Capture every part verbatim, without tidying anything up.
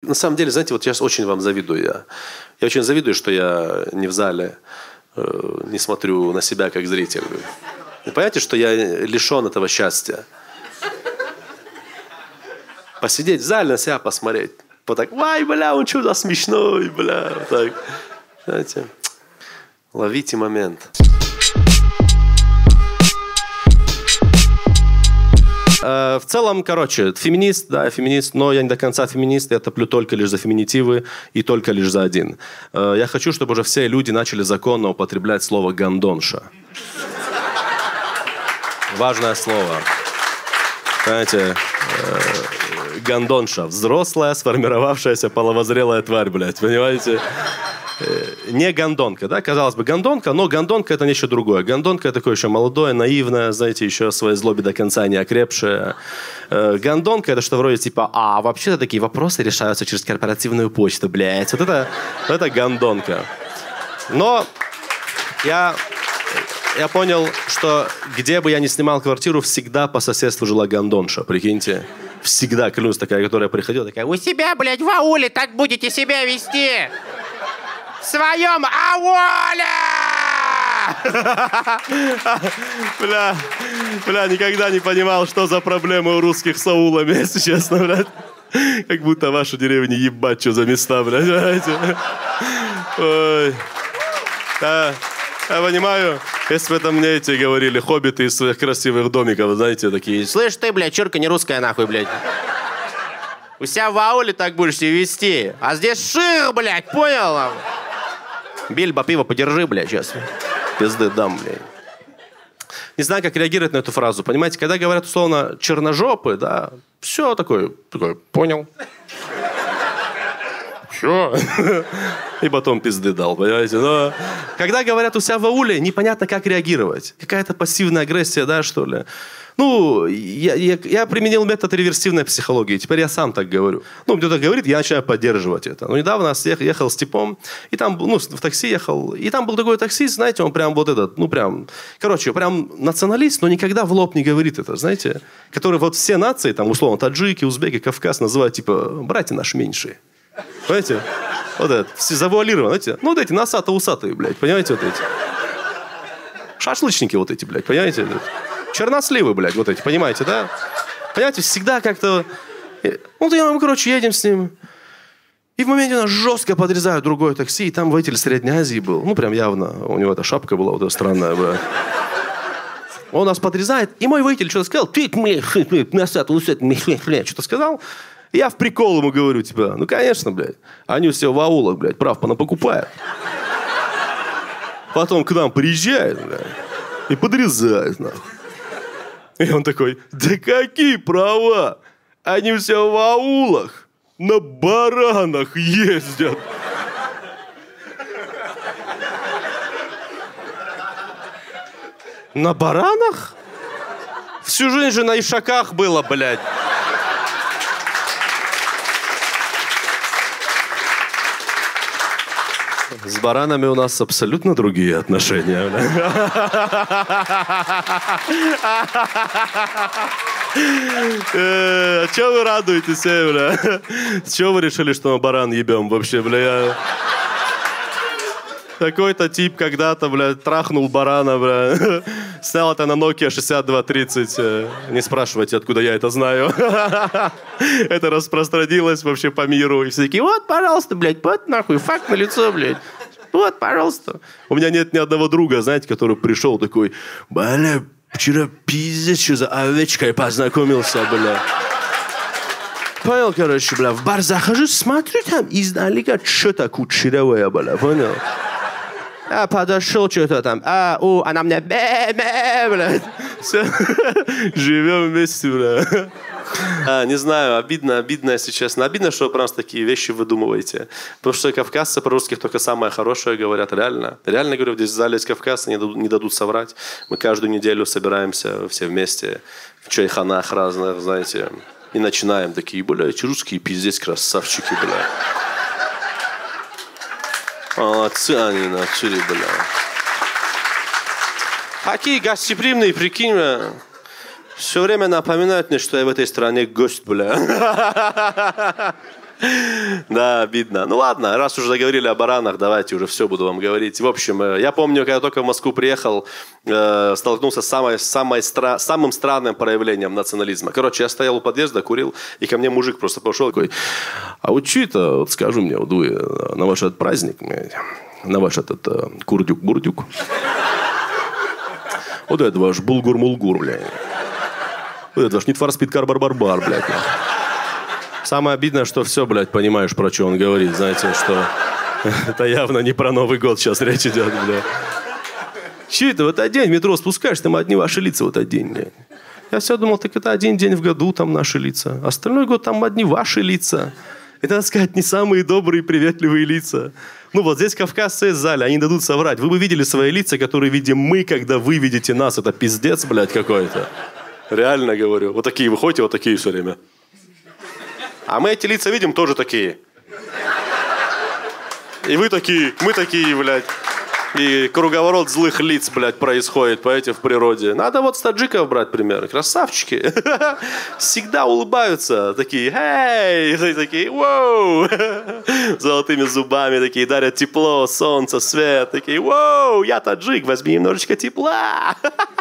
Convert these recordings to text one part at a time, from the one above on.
На самом деле, знаете, вот я очень вам завидую. Я, я очень завидую, что я не в зале, э, не смотрю на себя как зритель. Вы понимаете, что я лишен этого счастья? Посидеть в зале, на себя посмотреть. Вот так, вай, бля, он что-то смешной, бля. Вот так. Знаете, ловите момент. В целом, короче, феминист, да, феминист, но я не до конца феминист, я топлю только лишь за феминитивы и только лишь за один. Я хочу, чтобы уже все люди начали законно употреблять слово «гондонша». Важное слово. Понимаете, гондонша, взрослая, сформировавшаяся половозрелая тварь, блядь, понимаете? Не гондонка, да, казалось бы, гондонка, но гондонка это нечто другое. Гондонка это такое еще молодое, наивное, знаете, еще в своей злобе до конца не окрепшее. Гондонка это что вроде типа, а вообще-то такие вопросы решаются через корпоративную почту, блядь. Вот это, вот это гондонка. Но я, я понял, что где бы я ни снимал квартиру, всегда по соседству жила гондонша, прикиньте. Всегда, клянусь, такая, которая приходила, такая, у себя, блядь, в ауле так будете себя вести. В своем ауле! Бля, бля, никогда не понимал, что за проблемы у русских с аулами, если честно, блядь. Как будто вашу деревню ебать, что за места, блядь, знаете. Ой. А, я понимаю, если бы это мне эти говорили хоббиты из своих красивых домиков, знаете, такие, слышь ты, блядь, чурка не русская, нахуй, блядь. У себя в ауле так будешь себя вести, а здесь шир, блядь, понял? Бильбо, пиво подержи, блядь, сейчас. Пизды дам, блядь. Не знаю, как реагировать на эту фразу. Понимаете, когда говорят, условно, черножопы, да, все такое, такое, понял. Все. И потом пизды дал, понимаете. Но когда говорят у себя в ауле, непонятно, как реагировать. Какая-то пассивная агрессия, да, что ли. Ну, я, я, я применил метод реверсивной психологии. Теперь я сам так говорю. Ну, кто-то говорит, я начинаю поддерживать это. Ну, недавно я ехал с типом, и там, ну, в такси ехал, и там был такой таксист, знаете, он прям вот этот, ну, прям, короче, прям националист, но никогда в лоб не говорит это, знаете. Который вот все нации, там, условно, таджики, узбеки, Кавказ называют, типа, братья наши меньшие. Понимаете? Вот это, все завуалировано, знаете. Ну, вот эти носато-усатые, блядь, понимаете, вот эти. Шашлычники вот эти, блядь, понимаете? Черносливы, блядь, вот эти, понимаете, да? Понимаете, всегда как-то... Ну, я, короче, едем с ним. И в моменте нас жестко подрезают другое такси, и там водитель Средней Азии был. Ну, прям явно. У него эта шапка была вот эта странная, блядь. Он нас подрезает, и мой водитель что-то сказал. Ты, блядь, носатый, блядь, что-то сказал. И я в прикол ему говорю, типа, ну, конечно, блядь. Они все в аулах, блядь, прав понапокупают. Потом к нам приезжают, блядь, и подрезают, нахуй. И он такой, да какие права? Они все в аулах, на баранах ездят. На баранах? Всю жизнь же на ишаках было, блядь. С баранами у нас абсолютно другие отношения. А чего вы радуетесь, бля? С чего вы решили, что мы баран ебем вообще, бля? Какой-то тип когда-то, блядь, трахнул барана, бля. Снял это на Nokia шестьдесят два тридцать. Не спрашивайте, откуда я это знаю. Это распространилось вообще по миру. И все такие, вот, пожалуйста, блядь, вот нахуй, факт на лицо, блядь. Вот, пожалуйста. У меня нет ни одного друга, знаете, который пришел такой, бля, вчера пиздец, что за овечкой познакомился, бля. Понял, короче, бля, в бар захожу, смотрю, там издалека что-то кучерявое, бля, понял? А подошел что-то там, а, о, она мне бе-бе, блядь. Все, живем вместе, бля. А, не знаю, обидно, обидно, если честно. Обидно, что вы просто такие вещи выдумываете. Потому что кавказцы про русских только самое хорошее говорят, реально. Реально говорю, здесь в зале есть кавказцы, не дадут, не дадут соврать. Мы каждую неделю собираемся все вместе в чайханах разных, знаете, и начинаем такие, блядь, русские пиздец красавчики, блядь. Молодцы они, начали, бля. Какие гостеприимные, прикинь, бля. Все время напоминают мне, что я в этой стране гость, бля. Да, обидно. Ну ладно, раз уже заговорили о баранах, давайте уже все буду вам говорить. В общем, я помню, когда только в Москву приехал, столкнулся с самой, самой стра... самым странным проявлением национализма. Короче, я стоял у подъезда, курил, и ко мне мужик просто пошел такой: а вот что это, вот скажи мне, вот вы на ваш этот праздник, на ваш этот курдюк-бурдюк, вот это ваш булгур-мулгур, блядь. Вот это ваш Need for Speed Car-бар-бар-бар, блядь. Самое обидное, что все, блядь, понимаешь, про что он говорит. Знаете, что это явно не про Новый год сейчас речь идет, блядь. Че это, в этот день в метро спускаешься, там одни ваши лица в этот день, блядь. Я все думал, так это один день в году там наши лица. Остальной год там одни ваши лица. Это, надо сказать, не самые добрые и приветливые лица. Ну вот здесь кавказцы из зале, они дадут соврать. Вы бы видели свои лица, которые видим мы, когда вы видите нас. Это пиздец, блядь, какой-то. Реально говорю. Вот такие вы ходите, вот такие все время. А мы эти лица видим тоже такие. И вы такие, мы такие, блядь. И круговорот злых лиц, блядь, происходит, понимаете, в природе. Надо вот с таджиков брать пример. Красавчики. Всегда улыбаются. Такие, эй, такие, воу. Золотыми зубами такие, дарят тепло, солнце, свет. Такие, воу, я таджик, возьми немножечко тепла.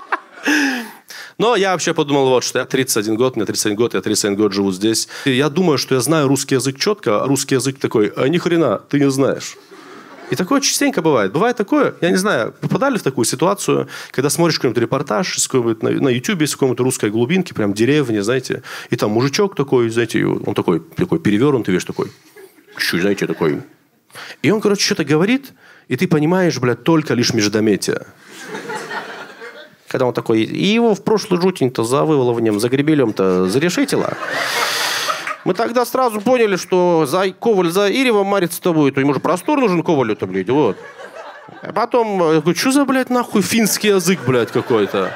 Но я вообще подумал вот, что я тридцать один год, мне тридцать один год, я тридцать один год живу здесь. И я думаю, что я знаю русский язык четко, а русский язык такой: а ни хрена, ты не знаешь. И такое частенько бывает. Бывает такое, я не знаю, попадали в такую ситуацию, когда смотришь какой-нибудь репортаж с какой-нибудь, на, на YouTube, с какой-нибудь русской глубинки, прям деревни, знаете, и там мужичок такой, знаете, он такой, такой перевернутый, весь такой, чуть, знаете, такой. И он, короче, что-то говорит, и ты понимаешь, блядь, только лишь междометие. Когда он такой, и его в прошлый жутень-то за выволовнем, за гребелем-то зарешетило. Мы тогда сразу поняли, что за Коваль за Иревом мариться-то будет. Ему же простор нужен Ковалю-то, блядь, вот. А потом, я говорю, что за, блядь, нахуй финский язык, блядь, какой-то.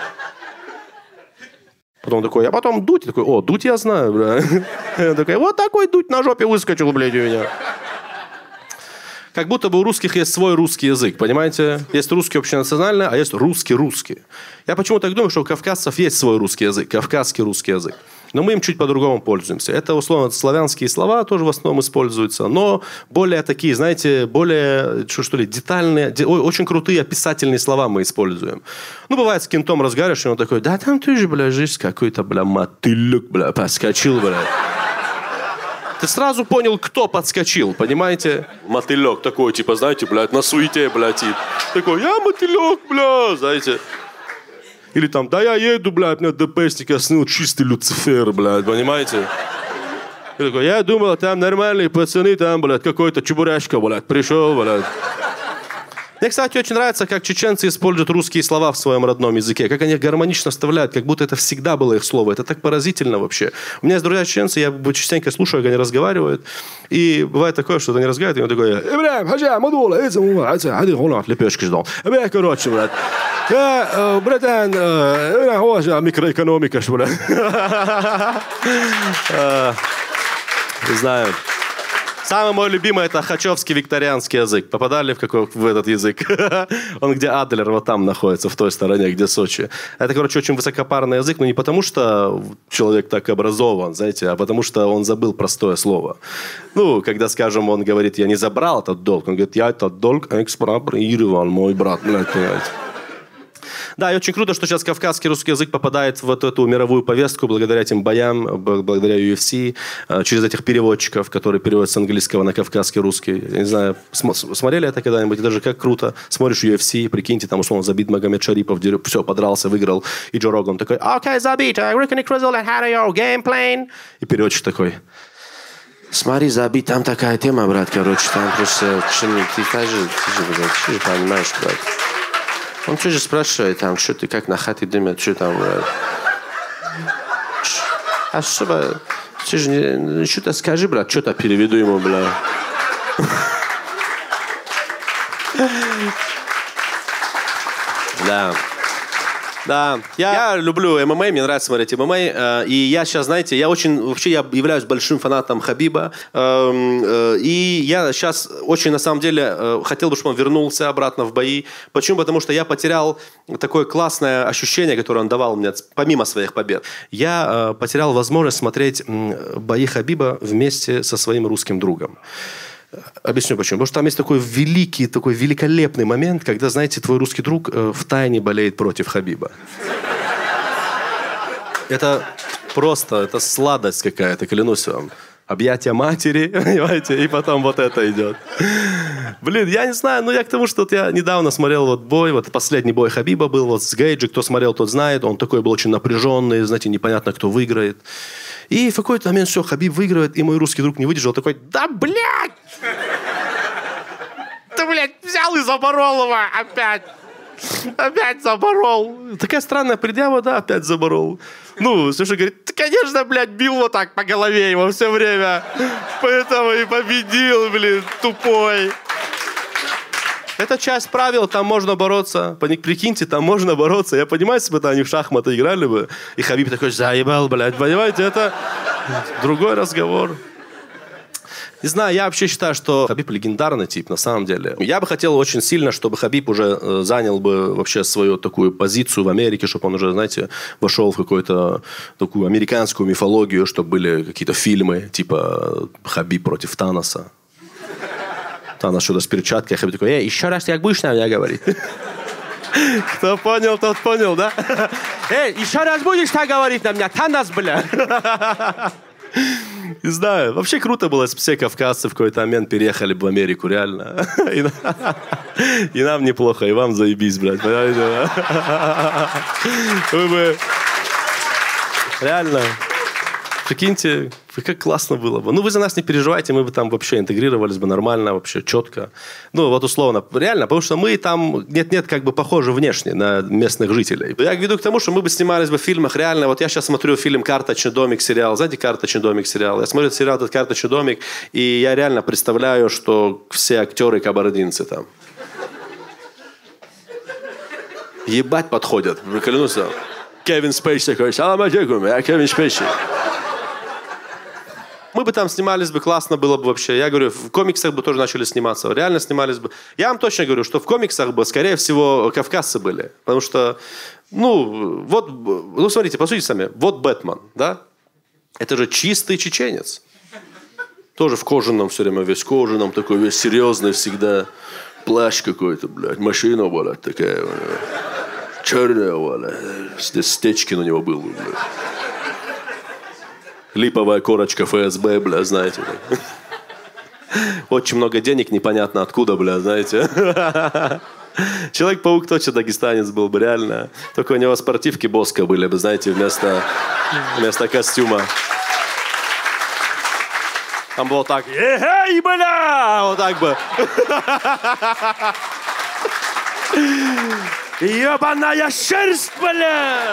Потом такой, а потом дуть. Такой, о, дуть я знаю, блядь. Я такой, вот такой дуть на жопе выскочил, блядь, у меня. Как будто бы у русских есть свой русский язык, понимаете? Есть русский общенациональный, а есть русский-русский. Я почему так думаю, что у кавказцев есть свой русский язык, кавказский русский язык. Но мы им чуть по-другому пользуемся. Это, условно, славянские слова тоже в основном используются, но более такие, знаете, более, что, что ли, детальные, де, очень крутые описательные слова мы используем. Ну, бывает, с кентом разговариваешь, и он такой, да там ты же, бля, жизнь какой-то, бля, мотылек, бля, подскочил, бля. Ты сразу понял, кто подскочил, понимаете? Мотылек такой, типа, знаете, блядь, на суете, блядь, тип. Такой, я мотылек, бля, знаете. Или там, да я еду, блядь, мне ДПшник, я снил чистый Люцифер, блядь, понимаете? И такой, я думал, там нормальные пацаны, там, блядь, какой-то чебурашка, блядь, пришел, блядь. Мне, кстати, очень нравится, как чеченцы используют русские слова в своем родном языке, как они их гармонично вставляют, как будто это всегда было их слово. Это так поразительно вообще. У меня есть друзья чеченцы, я частенько слушаю, как они разговаривают, и бывает такое, что они разговаривают, и он такой, Ибрахим, хажа, мадула, лепешки ждал. Ибрахим, короче, блядь. Я, братан, микроэкономика, блядь. Не знаю. Самый мой любимый это хачевский викторианский язык. Попадали в, какой, в этот язык? Он где Адлер, вот там находится, в той стороне, где Сочи. Это, короче, очень высокопарный язык, но не потому, что человек так образован, знаете, а потому, что он забыл простое слово. Ну, когда, скажем, он говорит, я не забрал этот долг, он говорит, я этот долг экспроприировал, мой брат, блядь, понимаете. Да, и очень круто, что сейчас кавказский русский язык попадает в вот эту мировую повестку благодаря этим боям, благодаря ю эф си, через этих переводчиков, которые переводят с английского на кавказский русский. Я не знаю, смотрели это когда-нибудь? Даже как круто. Смотришь ю эф си, прикиньте, там, условно, Забит Магомед Шарипов, все, подрался, выиграл. И Джо Роган такой, окей, Забит, I reckon it was all how your game playing. И переводчик такой, смотри, Забит, там такая тема, брат, короче, там просто, ты же, ты же, ты же понимаешь, брат. Он что же спрашивает там, что ты как на хате дымят, что там, брат? А что, ты же, что-то скажи, брат, что-то переведу ему, бля. Да. Да, я, я люблю эм эм а, мне нравится смотреть эм эм а, и я сейчас, знаете, я очень, вообще я являюсь большим фанатом Хабиба, и я сейчас очень, на самом деле, хотел бы, чтобы он вернулся обратно в бои. Почему? Потому что я потерял такое классное ощущение, которое он давал мне, помимо своих побед. Я потерял возможность смотреть бои Хабиба вместе со своим русским другом. Объясню почему. Потому что там есть такой великий, такой великолепный момент, когда, знаете, твой русский друг э, втайне болеет против Хабиба. Это просто, это сладость какая-то, клянусь вам. Объятия матери, понимаете, и потом вот это идет. Блин, я не знаю, ну я к тому, что вот я недавно смотрел вот бой, вот последний бой Хабиба был, вот с Гейджи, кто смотрел, тот знает, он такой был очень напряженный, знаете, непонятно, кто выиграет. И в какой-то момент все, Хабиб выигрывает, и мой русский друг не выдержал, такой, да блядь! Ты, блядь, взял и заборол его опять! Опять заборол! Такая странная предъява, да, опять заборол. Ну, слушай, говорит, ты, конечно, блядь, бил вот так по голове его все время, поэтому и победил, блин, тупой. Это часть правил, там можно бороться. Прикиньте, там можно бороться. Я понимаю, если бы они в шахматы играли бы, и Хабиб такой, заебал, блядь, понимаете, это другой разговор. Не знаю, я вообще считаю, что Хабиб легендарный тип, на самом деле. Я бы хотел очень сильно, чтобы Хабиб уже занял бы вообще свою такую позицию в Америке, чтобы он уже, знаете, вошел в какую-то такую американскую мифологию, чтобы были какие-то фильмы, типа Хабиб против Таноса. Танос что-то с перчаткой, Хабиб такой, эй, еще раз как будешь на меня говорить? Кто понял, тот понял, да? Эй, еще раз будешь так говорить на меня, Танос, бля? Не знаю. Вообще круто было, если бы все кавказцы в какой-то момент переехали бы в Америку, реально. И, и нам неплохо, и вам заебись, блядь. Понимаете? Вы бы... Реально. Прикиньте, как классно было бы. Ну, вы за нас не переживайте, мы бы там вообще интегрировались бы нормально, вообще четко. Ну, вот условно, реально, потому что мы там нет-нет, как бы похожи внешне на местных жителей. Я веду к тому, что мы бы снимались бы в фильмах, реально. Вот я сейчас смотрю фильм «Карточный домик» сериал. Знаете, «Карточный домик» сериал? Я смотрю сериал этот «Карточный домик», и я реально представляю, что все актеры кабардинцы там. Ебать подходят, клянусь вам. Кевин Спейси такой, салам алейкум, я Кевин Спейси. Мы бы там снимались бы, классно было бы вообще. Я говорю, в комиксах бы тоже начали сниматься. Реально снимались бы. Я вам точно говорю, что в комиксах бы, скорее всего, кавказцы были. Потому что, ну, вот, ну, смотрите, посудите сами. Вот Бэтмен, да? Это же чистый чеченец. Тоже в кожаном все время, весь кожаном, такой весь серьезный всегда. Плащ какой-то, блядь, машина, блядь, такая, блядь. Черная, блядь. Здесь Стечкин у него был, блядь. Липовая корочка эф эс бэ, бля, знаете. Очень много денег, непонятно откуда, бля, знаете. Человек-паук точно дагестанец был бы, реально. Только у него спортивки Боска были бы, знаете, вместо, вместо костюма. Там было так, эй, бля, вот так бы. Ебаная шерсть, бля.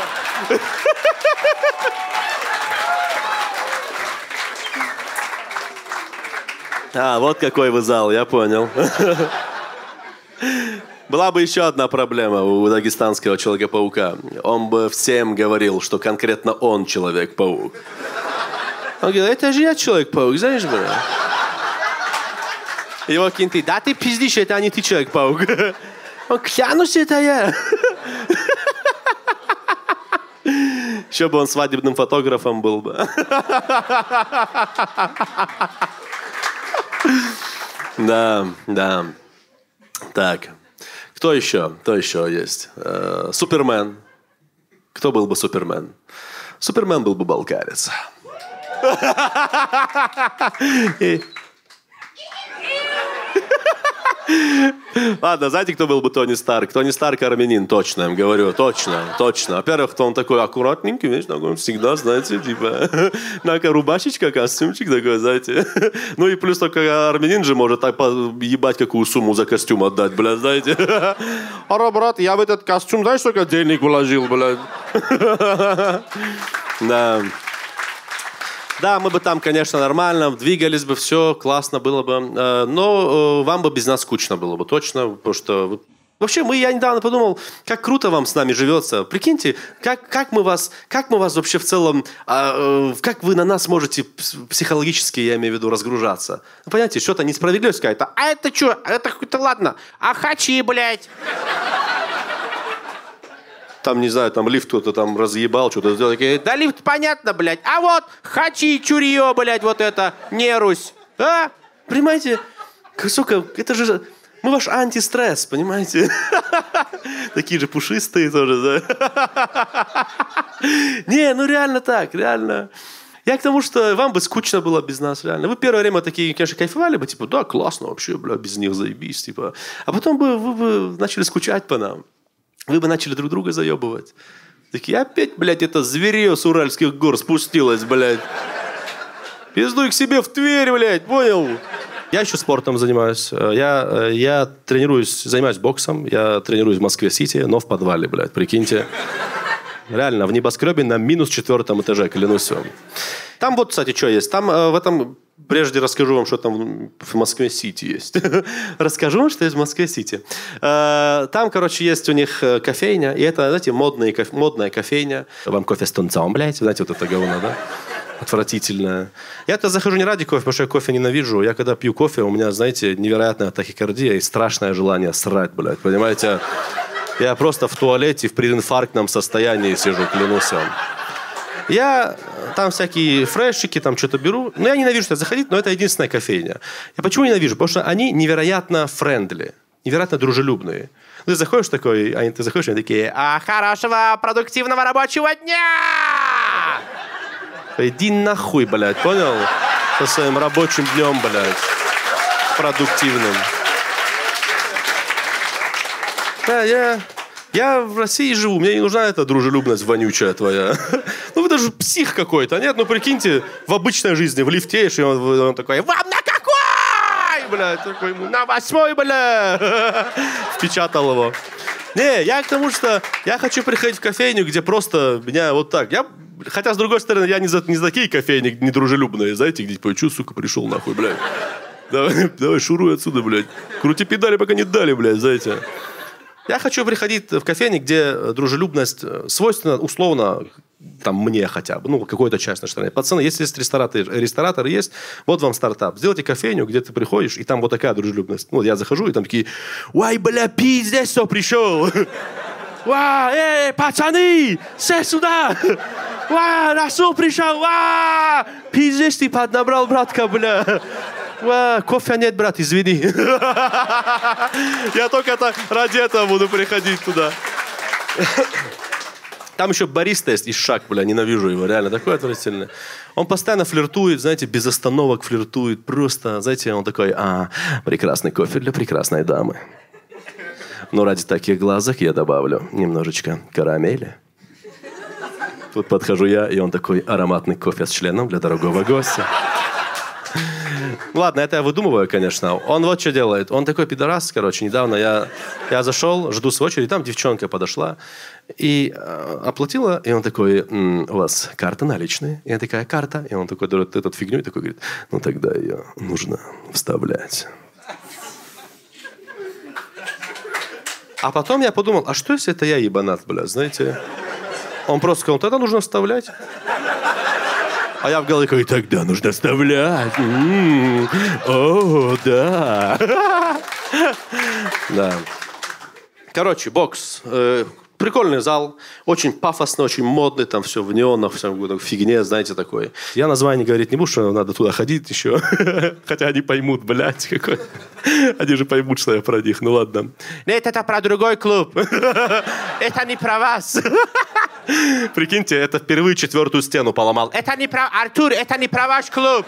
А, вот какой вы зал, я понял. Была бы еще одна проблема у дагестанского Человека-паука. Он бы всем говорил, что конкретно он Человек-паук. Он говорит, это же я Человек-паук, знаешь, бля? Его кенты, да ты пиздишь, это не ты Человек-паук. Он, клянусь, это я. Еще бы он свадебным фотографом был бы. Да, да. Так. Кто еще? Кто еще есть? Э, Супермен. Кто был бы Супермен? Супермен был бы балкарец. И... Ладно, знаете, кто был бы Тони Старк? Тони Старк армянин, точно, я им говорю, точно, точно. Во-первых, он такой аккуратненький, видишь, такой всегда, знаете, типа, нака рубашечка, костюмчик такой, знаете. Ну и плюс только армянин же может так ебать какую сумму за костюм отдать, блядь, знаете. Ара, брат, я в этот костюм, знаешь, сколько денег вложил, блядь. Да. Да, мы бы там, конечно, нормально двигались бы, все классно было бы. Но вам бы без нас скучно было бы, точно, потому что Вообще, мы, я недавно подумал, как круто вам с нами живется. Прикиньте, как, как, мы, вас, как мы вас вообще в целом, а, э, как вы на нас можете психологически, я имею в виду, разгружаться. Ну, понимаете, что-то несправедливость какая-то. А это что? Это какое-то ладно. А хачи, блядь. Там, не знаю, там лифт кто-то там разъебал, что-то сделал. Такие, да лифт понятно, блядь. А вот хачи, чурье, блядь, вот это, не Русь. А? Понимаете? Сука, это же... Мы ваш антистресс, понимаете? Такие же пушистые тоже, да? Не, ну реально так, реально. Я к тому, что вам бы скучно было без нас, реально. Вы первое время такие, конечно, кайфовали бы, типа, да, классно вообще, бля, без них заебись, типа. А потом бы вы бы начали скучать по нам. Вы бы начали друг друга заебывать. Такие, опять, блядь, это зверье с Уральских гор спустилось, блядь. Пиздуй к себе в Тверь, блядь, понял? Я еще спортом занимаюсь. Я, я тренируюсь, занимаюсь боксом. Я тренируюсь в Москве-Сити, но в подвале, блядь, прикиньте. Реально, в небоскребе на минус четвертом этаже, клянусь вам. Там вот, кстати, что есть. Там в этом... Прежде расскажу вам, что там в Москве-Сити есть. Расскажу вам, что есть в Москве-Сити. Там, короче, есть у них кофейня. И это, знаете, модная, модная кофейня. Вам кофе с тунцом, блядь. Знаете, вот это говно, да? Отвратительное. Я-то захожу не ради кофе, потому что я кофе ненавижу. Я когда пью кофе, у меня, знаете, невероятная тахикардия и страшное желание срать, блядь. Понимаете? Я просто в туалете в прединфарктном состоянии сижу, клянусь вам. Я там всякие фрешики, там что-то беру. Ну, я ненавижу туда заходить, но это единственная кофейня. Я почему ненавижу? Потому что они невероятно френдли, невероятно дружелюбные. Ну, ты заходишь такой, они, ты заходишь, они такие, а, хорошего, продуктивного рабочего дня! Иди нахуй, блядь, понял? Со своим рабочим днем, блядь, продуктивным. Да, я... Я в России живу, мне не нужна эта дружелюбность вонючая твоя. Ну, это же псих какой-то, нет? Ну, прикиньте, в обычной жизни, в лифте, и он, он такой, вам на какой? Блядь, такой, на восьмой, блядь. Впечатал его. Не, я к тому, что я хочу приходить в кофейню, где просто меня вот так. Я, хотя, с другой стороны, я не за, не за такие кофейни недружелюбные, знаете, где типа, чё, сука, пришел нахуй, блядь. Давай, давай, шуруй отсюда, блядь. Крути педали, пока не дали, блядь, знаете. Я хочу приходить в кофейни, где дружелюбность свойственна, условно, там, мне хотя бы, ну, какой-то часть нашей страны. Пацаны, если есть рестораторы, рестораторы есть, вот вам стартап. Сделайте кофейню, где ты приходишь, и там вот такая дружелюбность. Ну, я захожу, и там такие, ой, бля, пиздец, кто пришел? Ва, эй, пацаны, все сюда! Ва, Расул пришел, ва! Пиздец, ты поднабрал, братка, бля! Ва, кофе нет, брат, извини. Я только это, ради этого буду приходить туда. Там еще бариста есть, Ишак, бля, ненавижу его, реально, такой отвратительный. Он постоянно флиртует, знаете, без остановок флиртует, просто, знаете, он такой, а, прекрасный кофе для прекрасной дамы. Но ради таких глазок я добавлю немножечко карамели. Тут подхожу я, и он такой, ароматный кофе с членом для дорогого гостя. Ладно, это я выдумываю, конечно. Он вот что делает. Он такой пидорас, короче. Недавно я, я зашел, жду свою очередь, там девчонка подошла и э, оплатила. И он такой, м-м, у вас карта наличные? И я такая, карта. И он такой берет эту фигню и такой говорит, ну тогда ее нужно вставлять. А потом я подумал, а что если это я ебанат, бля, знаете? Он просто сказал, тогда нужно вставлять. А я в голове такой, тогда нужно вставлять. М-м-м. О, да. Да. Короче, бокс. Э, прикольный зал. Очень пафосный, очень модный. Там все в неонах, все в фигне, знаете, такой. Я название говорить не буду, что надо туда ходить еще. Хотя они поймут, блядь, какой. Они же поймут, что я про них. Ну ладно. Нет, это про другой клуб. Это не про вас. Прикиньте, это впервые четвертую стену поломал. Это не про... Артур, это не про ваш клуб.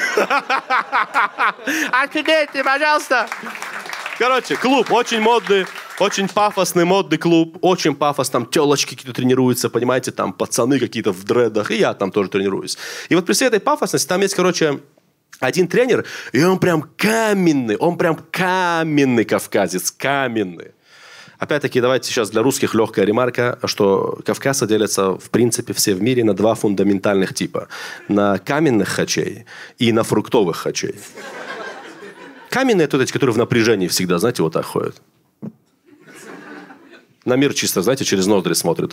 Артур, нет, пожалуйста. Короче, клуб очень модный, очень пафосный модный клуб. Очень пафос, там телочки какие-то тренируются, понимаете, там пацаны какие-то в дредах. И я там тоже тренируюсь. И вот при всей этой пафосности там есть, короче... Один тренер, и он прям каменный, он прям каменный кавказец, каменный. Опять-таки, давайте сейчас для русских легкая ремарка, что кавказцы делятся, в принципе, все в мире на два фундаментальных типа. На каменных хачей и на фруктовых хачей. Каменные — это эти, которые в напряжении всегда, знаете, вот так ходят. На мир чисто, знаете, через ноздри смотрит.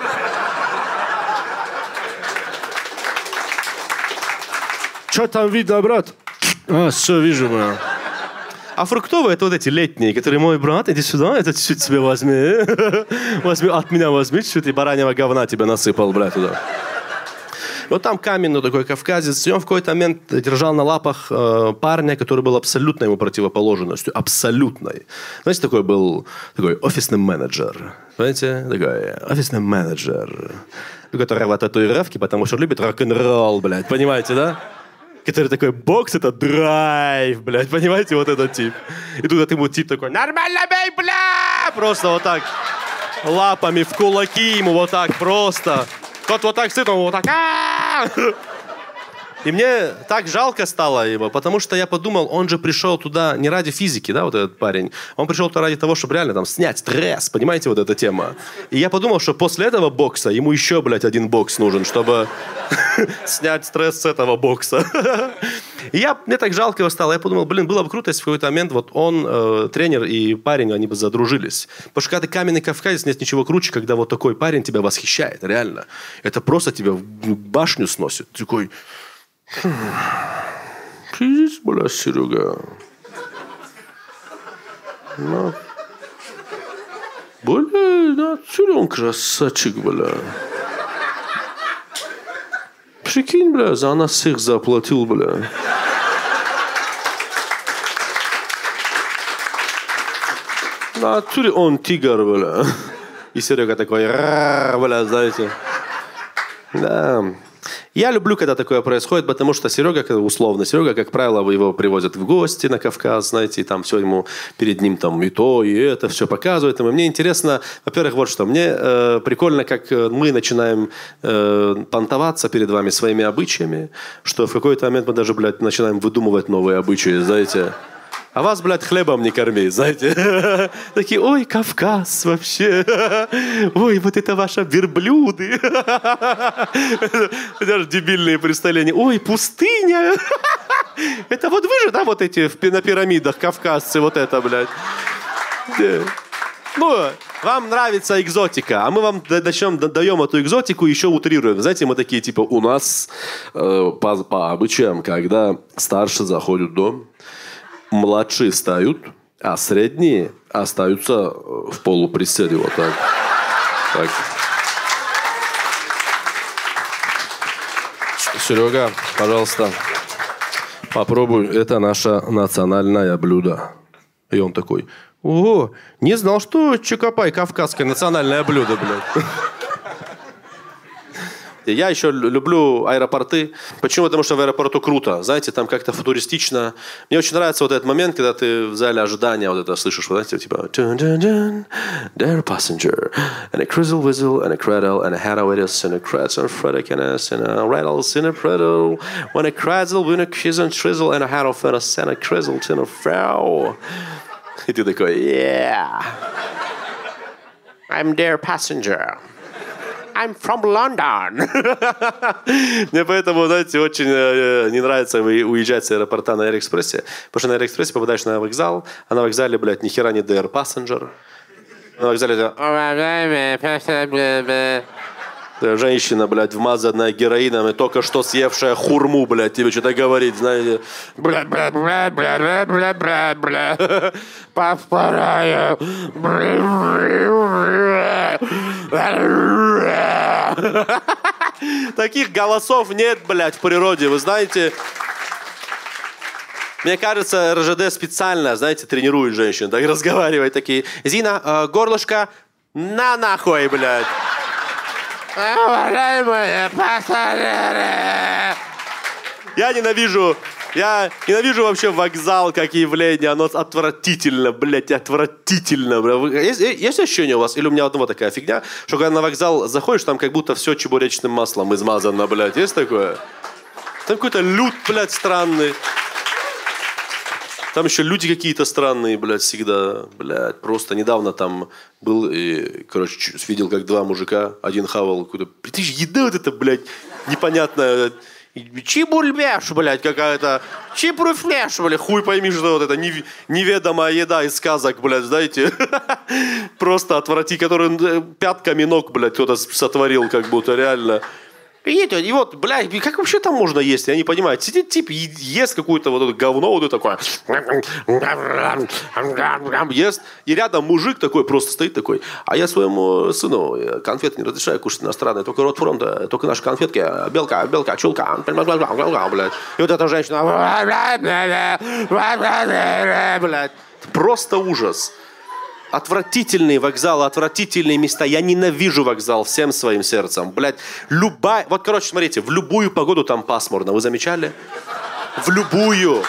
Что там видно, брат? А, все, вижу, бля. А фруктовые — это вот эти летние, которые: мой брат, иди сюда, это чуть-чуть себе возьми. Возьми, от меня возьми, чуть-чуть, и бараньего говна тебе насыпал, бля, туда. Вот там каменный такой кавказец, и он в какой-то момент держал на лапах э, парня, который был абсолютно ему противоположностью, абсолютной. Знаете, такой был такой офисный менеджер, знаете, такой офисный менеджер, который в татуировке, потому что любит рок-н-ролл, блядь, понимаете, да? Который такой: бокс — это драйв, блядь, понимаете, вот этот тип. И тут этот ему тип такой: нормально бей, бля! Просто вот так лапами в кулаки ему вот так просто. Тот вот так сидит, он вот так. И мне так жалко стало его, потому что я подумал, он же пришел туда не ради физики, да, вот этот парень. Он пришел туда ради того, чтобы реально там снять стресс, понимаете, вот эта тема. И я подумал, что после этого бокса ему еще, блядь, один бокс нужен, чтобы снять стресс с этого бокса. И я, мне так жалко его стало. Я подумал, блин, было бы круто, если в какой-то момент вот он, э, тренер и парень, они бы задружились. Потому что когда ты каменный кавказец, нет ничего круче, когда вот такой парень тебя восхищает, реально. Это просто тебя в башню сносит. Ты такой: пиздец, бля, Серега. Ну. Бля, да, Серега красавчик, бля. Прикинь, бля, за нас всех заплатил, бля. На натуре он тигр, бля. И Серега такой: бля, знаете. Да. Я люблю, когда такое происходит, потому что Серега, условно, Серега, как правило, его привозят в гости на Кавказ, знаете, и там все ему, перед ним там и то, и это, все показывают. И мне интересно, во-первых, вот что, мне э, прикольно, как мы начинаем э, понтоваться перед вами своими обычаями, что в какой-то момент мы даже, блядь, начинаем выдумывать новые обычаи, знаете. А вас, блядь, хлебом не корми, знаете. Такие: ой, Кавказ вообще. Ой, вот это ваши верблюды. Даже дебильные представления. Ой, пустыня. Это вот вы же, да, вот эти на пирамидах кавказцы, вот это, блядь. Ну, вам нравится экзотика, а мы вам начнем, даем эту экзотику, еще утрируем. Знаете, мы такие, типа, у нас э, по, по обычаям, когда старший заходит в дом, младшие встают, а средние остаются в полуприседе. Вот так. Так. Серега, пожалуйста, попробуй. Это наше национальное блюдо. И он такой: о, не знал, что чокопай кавказское национальное блюдо, блядь. Я еще люблю аэропорты. Почему? Потому что в аэропорту круто. Знаете, там как-то футуристично. Мне очень нравится вот этот момент, когда ты в зале ожидания вот это слышишь, вот, знаете, типа dear passenger, and a crizzle whistle, and a cradle, and a harawitis, and a kratz, and a fredicanis, and a rattles, and a preddle, when a cradle, when a kiss and trizzle, and a harrowfenis, and a crizzle, and a frow. И ты такой: yeah, I'm their passenger. I'm from London. Мне поэтому, знаете, очень э, не нравится уезжать с аэропорта на Аэроэкспрессе, потому что на Аэроэкспрессе попадаешь на вокзал, а на вокзале, блядь, ни хера не Dear Passenger. На вокзале женщина, блядь, вмазанная героином и только что съевшая хурму, блядь, тебе что-то говорит, знаете. Повторяю. Таких голосов нет, блядь, в природе, вы знаете. Мне кажется, эр жэ дэ специально, знаете, тренирует женщин, так разговаривать такие: Зина, э, горлышко на нахуй, блядь. Я ненавижу, я ненавижу вообще вокзал как явление, оно отвратительно, блядь, отвратительно. Блядь. Есть, есть ощущение у вас, или у меня одного такая фигня, что когда на вокзал заходишь, там как будто все чебуречным маслом измазано, блядь, есть такое? Там какой-то люд, блядь, странный. Там еще люди какие-то странные, блядь, всегда, блядь, просто недавно там был и, короче, видел, как два мужика, один хавал какую-то, ты же еда вот это, блядь, непонятная, чебульбяш, блядь, какая-то, чебруфляш, блядь, хуй пойми, что вот это неведомая еда из сказок, блядь, знаете, Просто отврати, который пятками ног, блядь, кто-то сотворил, как будто реально. И вот, блядь, как вообще там можно есть? Я не понимаю. Сидит тип, ест какое-то вот это говно, вот это такое. Ест. И рядом мужик такой просто стоит такой. А я своему сыну конфеты не разрешаю кушать иностранные. Только рот фронта, только наши конфетки. Белка, белка, чулка. Блядь. И вот эта женщина. Блядь. Просто ужас. Отвратительные вокзалы, отвратительные места. Я ненавижу вокзал всем своим сердцем. Блядь, любая... Вот, короче, смотрите, в любую погоду там пасмурно. Вы замечали? В любую.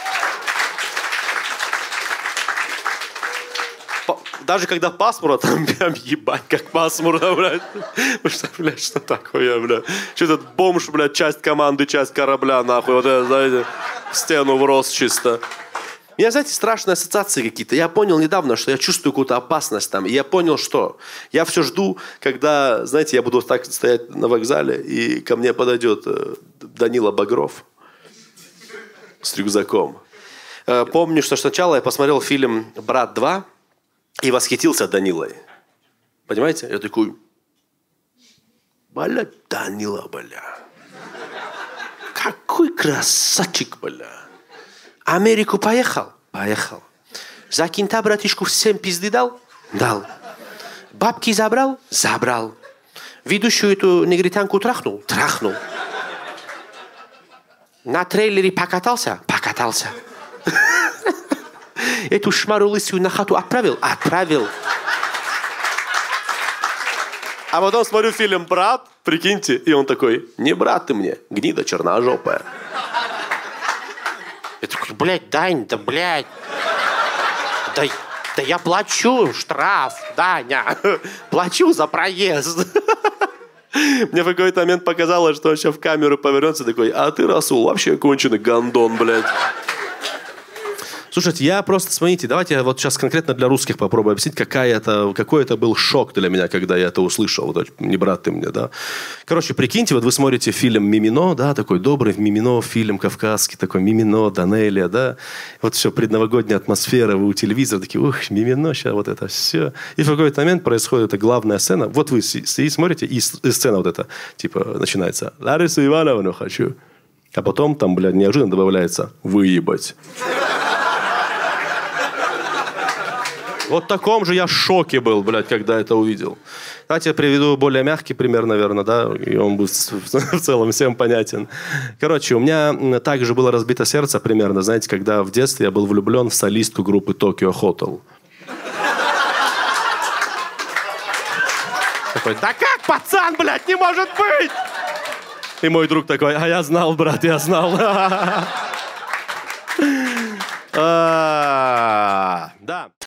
Даже когда пасмурно, там прям ебать, как пасмурно, блядь. Блядь, что такое, блядь? Что этот бомж, блядь, часть команды, часть корабля, нахуй. Вот это, знаете, в стену врос чисто. У меня, знаете, страшные ассоциации какие-то. Я понял недавно, что я чувствую какую-то опасность там. И я понял, что я все жду, когда, знаете, я буду так стоять на вокзале, и ко мне подойдет Данила Багров с рюкзаком. Помню, что сначала я посмотрел фильм «Брат два» и восхитился Данилой. Понимаете? Я такой, бля, Данила, бля. Какой красавчик, бля. Америку поехал? Поехал. За кента братишку всем пизды дал? Дал. Бабки забрал? Забрал. Ведущую эту негритянку трахнул? Трахнул. На трейлере покатался? Покатался. Эту шмару лысую на хату отправил? Отправил. А потом смотрю фильм «Брат», прикиньте, и он такой, не брат ты мне, гнида черножопая. Я такой, блядь, Дань, да, блядь. Да, да я плачу штраф, Даня. Плачу за проезд. Мне в какой-то момент показалось, что он сейчас в камеру повернется такой, а ты, Расул, вообще конченый гондон, блядь. Слушайте, я просто, смотрите, давайте я вот сейчас конкретно для русских попробую объяснить, какая это, какой это был шок для меня, когда я это услышал. Вот, не брат ты мне, да. Короче, прикиньте, вот вы смотрите фильм «Мимино», да, такой добрый «Мимино», фильм кавказский, такой «Мимино», Данелия, да. Вот все, предновогодняя атмосфера, вы у телевизора такие, ух, «Мимино», сейчас вот это все. И в какой-то момент происходит эта главная сцена. Вот вы сидите, смотрите, и сцена вот эта, типа, начинается «Ларису Ивановну хочу». А потом там, блядь, неожиданно добавляется «Выебать». Вот в таком же я шоке был, блядь, когда это увидел. Давайте я приведу более мягкий пример, наверное, да, и он будет в целом всем понятен. Короче, у меня также было разбито сердце примерно, знаете, когда в детстве я был влюблен в солистку группы Tokyo Hotel. Такой, да как, пацан, блядь, не может быть! И мой друг такой, а я знал, брат, я знал. Да.